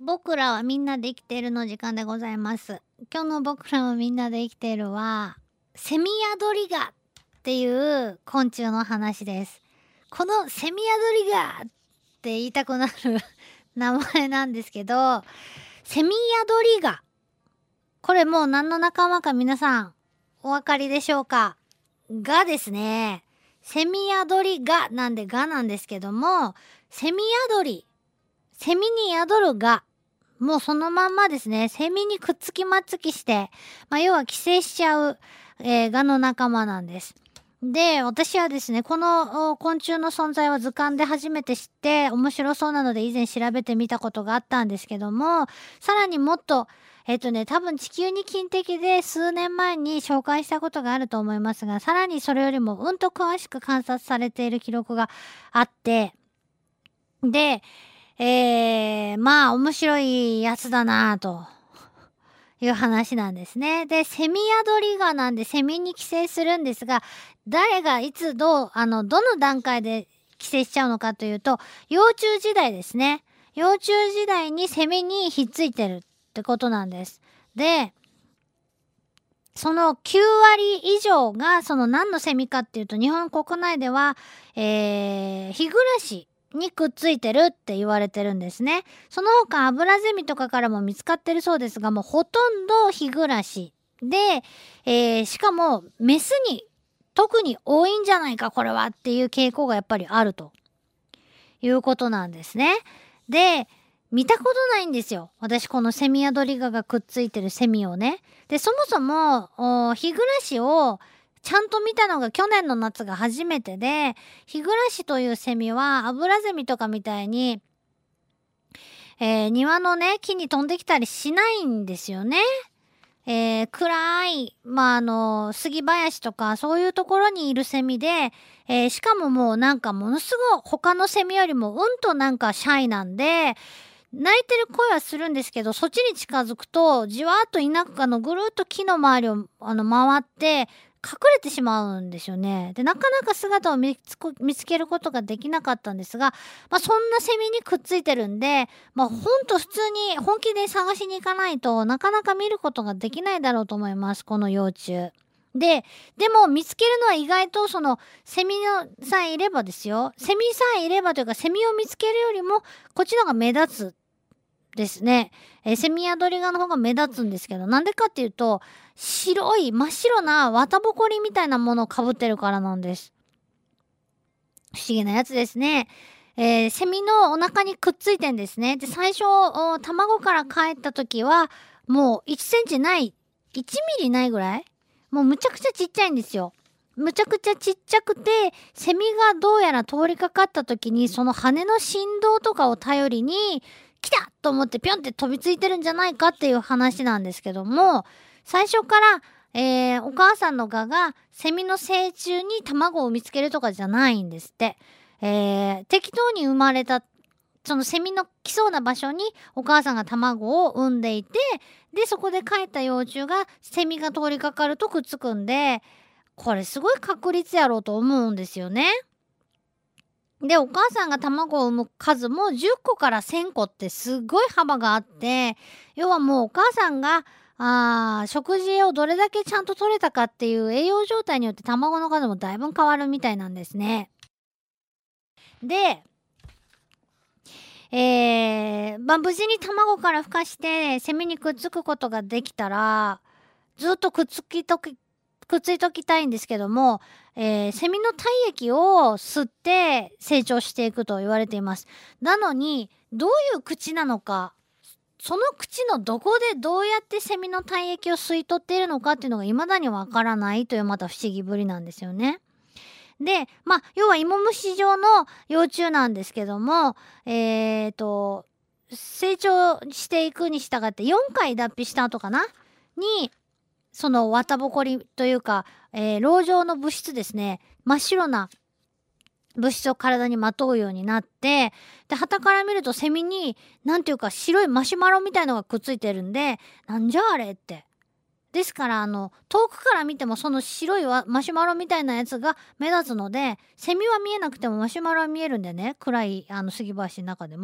僕らはみんなで生きているの時間でございます。今日の僕らはみんなで生きているは、セミヤドリガっていう昆虫の話です。このセミヤドリガって言いたくなる名前なんですけど、セミヤドリガ。これもう何の仲間か皆さんお分かりでしょうか？ガですね。セミヤドリガなんでガなんですけども、セミヤドリ。セミに宿るガ。もうそのまんまですね。セミにくっつきまっつきして、要は寄生しちゃう、ガの仲間なんです。で、私はですね、この昆虫の存在は図鑑で初めて知って面白そうなので以前調べてみたことがあったんですけども、さらにもっと、多分地球に近的で数年前に紹介したことがあると思いますが、さらにそれよりもうんと詳しく観察されている記録があって、で、面白いやつだなぁという話なんですね。で、セミヤドリガなんでセミに寄生するんですが、誰がいつどの段階で寄生しちゃうのかというと、幼虫時代ですね。幼虫時代にセミにひっついてるってことなんです。で、その9割以上が何のセミかっていうと、日本国内では、ヒグラシにくっついてるって言われてるんですね。その他アブラゼミとかからも見つかってるそうですが、もうほとんどヒグラシで、しかもメスに特に多いんじゃないかこれはっていう傾向がやっぱりあるということなんですね。で、見たことないんですよ。私このセミヤドリガがくっついてるセミをね。で、そもそも、ヒグラシをちゃんと見たのが去年の夏が初めてで、ヒグラシというセミはアブラゼミとかみたいに、庭のね、木に飛んできたりしないんですよね。暗い、杉林とかそういうところにいるセミで、しかももうなんかものすごい他のセミよりもうんとなんかシャイなんで、鳴いてる声はするんですけど、そっちに近づくと、じわーっとぐるーっと木の周りを回って、隠れてしまうんですよね。で、なかなか姿を見つけることができなかったんですが、そんなセミにくっついてるんで、ほんと普通に本気で探しに行かないとなかなか見ることができないだろうと思います、この幼虫。でも見つけるのは意外とセミのさえいればですよ。セミさえいればというか、セミを見つけるよりもこっちの方が目立つですね。セミヤドリガの方が目立つんですけど、なんでかっていうと、真っ白な綿ぼこりみたいなものをかぶってるからなんです。不思議なやつですね。セミのお腹にくっついてんですね。で、最初、卵から帰った時は、もう1センチない、1ミリないぐらいもうむちゃくちゃちっちゃいんですよ。むちゃくちゃちっちゃくて、セミがどうやら通りかかった時に、その羽の振動とかを頼りに、来たと思ってぴょんって飛びついてるんじゃないかっていう話なんですけども、最初から、お母さんの蛾がセミの成虫に卵を見つけるとかじゃないんですって。適当に生まれた、そのセミの来そうな場所にお母さんが卵を産んでいて、で、そこで帰った幼虫がセミが通りかかるとくっつくんで、これすごい確率やろうと思うんですよね。で、お母さんが卵を産む数も10個から1000個ってすごい幅があって、要はもうお母さんが、食事をどれだけちゃんと取れたかっていう栄養状態によって卵の数もだいぶ変わるみたいなんですね。で、無事に卵から孵化してセミにくっつくことができたら、ずっとくっついときたいんですけども、セミの体液を吸って成長していくと言われています。なのに、どういう口なのか、その口のどこでどうやってセミの体液を吸い取っているのかっていうのが未だにわからないというまた不思議ぶりなんですよね。で、要は芋虫状の幼虫なんですけども、成長していくに従って4回脱皮した後かなに、その綿ぼこりというか、籠状の物質ですね、真っ白な物質を体にまとうようになって、で、旗から見るとセミに、なんていうか白いマシュマロみたいのがくっついてるんで、なんじゃあれって。ですから、遠くから見てもその白いマシュマロみたいなやつが目立つので、セミは見えなくてもマシュマロは見えるんでね、暗い杉林の中でも。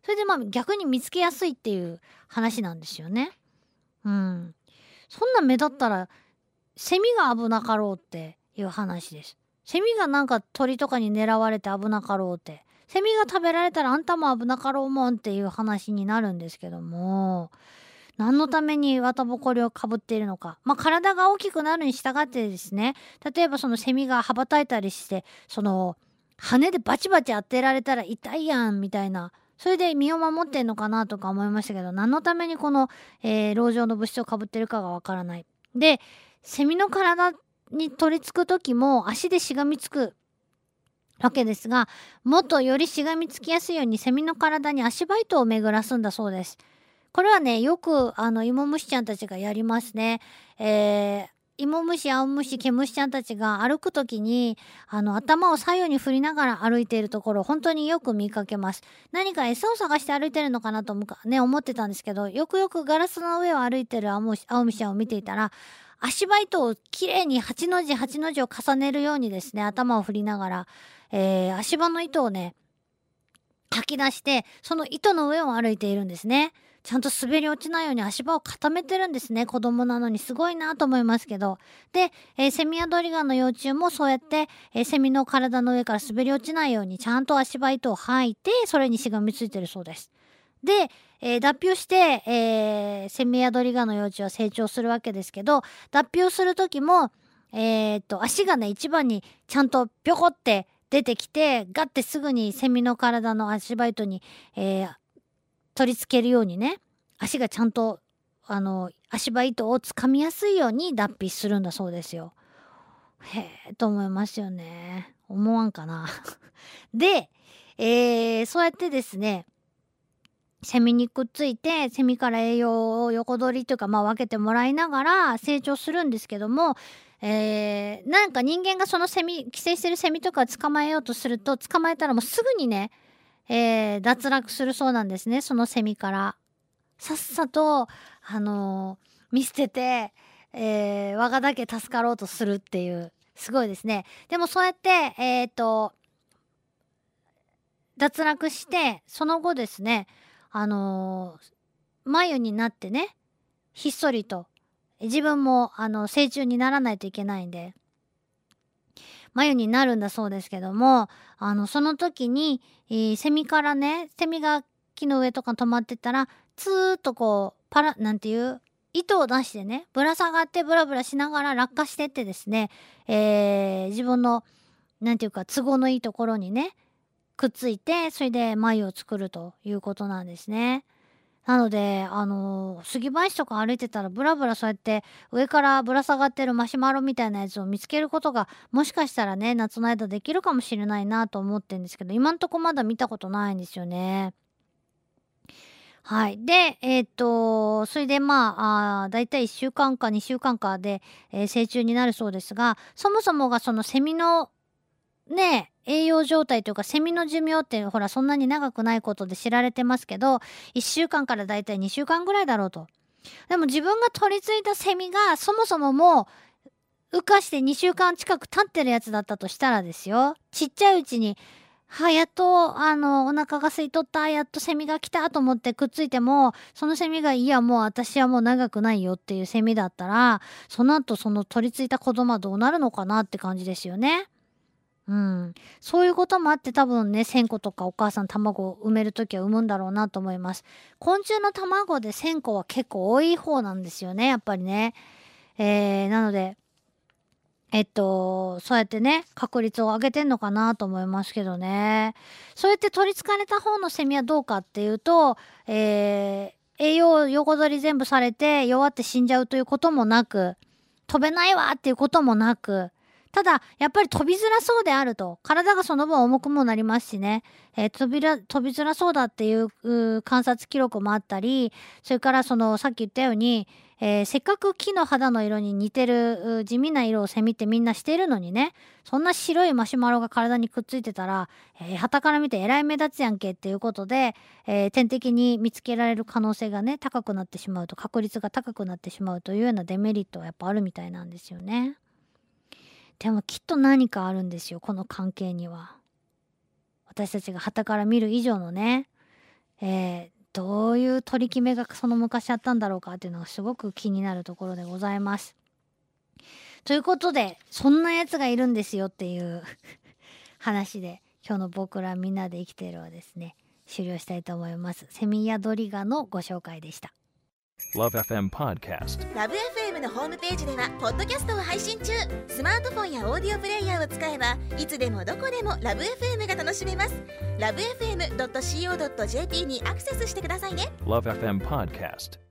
それで逆に見つけやすいっていう話なんですよね。うん。そんな目立ったらセミが危なかろうっていう話です。セミがなんか鳥とかに狙われて危なかろうって。セミが食べられたらあんたも危なかろうもんっていう話になるんですけども、何のために綿ぼこりをかぶっているのか。体が大きくなるに従ってですね、例えばそのセミが羽ばたいたりして、その羽でバチバチ当てられたら痛いやんみたいな、それで身を守ってんのかなとか思いましたけど、何のためにこの、籠状の物質をかぶってるかがわからない。で、セミの体に取り付く時も足でしがみつくわけですが、もっとよりしがみつきやすいようにセミの体に足場糸を巡らすんだそうです。これはね、よく芋虫ちゃんたちがやりますね。芋虫、青虫、毛虫ちゃんたちが歩くときに、頭を左右に振りながら歩いているところ、本当によく見かけます。何か餌を探して歩いてるのかなと思ってたんですけど、よくよくガラスの上を歩いてる青虫ちゃんを見ていたら、足場糸をきれいに8の字8の字を重ねるようにですね、頭を振りながら、足場の糸をね、吐き出して、その糸の上を歩いているんですね。ちゃんと滑り落ちないように足場を固めてるんですね。子供なのにすごいなと思いますけど。で、セミアドリガンの幼虫もそうやって、セミの体の上から滑り落ちないようにちゃんと足場糸を吐いて、それにしがみついてるそうです。で、脱皮をして、セミアドリガンの幼虫は成長するわけですけど、脱皮をする時も、足がね、一番にちゃんとぴょこって出てきて、ガッてすぐにセミの体の足場糸に、取り付けるようにね、足がちゃんと、足場糸をつかみやすいように脱皮するんだそうですよ。へえ、と思いますよね。思わんかな。で、そうやってですね、セミにくっついて、セミから栄養を横取りというか、分けてもらいながら成長するんですけども、なんか人間がその寄生してるセミとか捕まえようとすると、捕まえたらもうすぐにね、脱落するそうなんですね、そのセミから。さっさと、見捨てて、我がだけ助かろうとするっていう、すごいですね。でもそうやって、脱落して、その後ですね、繭になってね、ひっそりと、自分も、成虫にならないといけないんで、繭になるんだそうですけども、その時に、セミからね、セミが木の上とかに止まってたら、ツーッとこう、なんていう、糸を出してね、ぶら下がってブラブラしながら落下してってですね、自分の、なんていうか、都合のいいところにね、くっついて、それで繭を作るということなんですね。なので、杉林とか歩いてたらブラブラそうやって上からぶら下がってるマシュマロみたいなやつを見つけることがもしかしたらね、夏の間できるかもしれないなと思ってんですけど、今んとこまだ見たことないんですよね。はい。で、それでだいたい1週間か2週間かで、成虫になるそうですが、そもそもがそのセミのね、栄養状態というか、セミの寿命ってほらそんなに長くないことで知られてますけど、1週間からだいたい2週間ぐらいだろうと。でも自分が取り付いたセミがそもそももう羽化して2週間近く経ってるやつだったとしたらですよ。ちっちゃいうちに、やっと、お腹が空いとった、やっとセミが来たと思ってくっついても、そのセミが、いや、もう私はもう長くないよっていうセミだったら、その後その取り付いた子供はどうなるのかなって感じですよね。うん。そういうこともあって多分ね、1000個とかお母さん卵を産めるときは産むんだろうなと思います。昆虫の卵で1000個は結構多い方なんですよね、やっぱりね。なので、そうやってね、確率を上げてんのかなと思いますけどね。そうやって取り憑かれた方のセミはどうかっていうと、栄養を横取り全部されて弱って死んじゃうということもなく、飛べないわっていうこともなく、ただ、やっぱり飛びづらそうであると。体がその分重くもなりますしね。飛びづらそうだっていう観察記録もあったり、それからさっき言ったように、せっかく木の肌の色に似てる地味な色をセミってみんなしているのにね、そんな白いマシュマロが体にくっついてたら、傍から見てえらい目立つやんけっていうことで、天敵に見つけられる可能性がね、高くなってしまうと、確率が高くなってしまうというようなデメリットはやっぱあるみたいなんですよね。でもきっと何かあるんですよ、この関係には。私たちが傍から見る以上のね。 どういう取り決めがその昔あったんだろうかっていうのがすごく気になるところでございます。ということで、そんなやつがいるんですよっていう話で、今日の僕らみんなで生きてるはですね、終了したいと思います。セミヤドリガのご紹介でした。 LoveFM Podcast。LoveFM のホームページではポッドキャストを配信中。スマートフォンやオーディオプレイヤーを使えばいつでもどこでも LoveFM が楽しめます。LoveFM.co.jp にアクセスしてくださいね。LoveFM Podcast。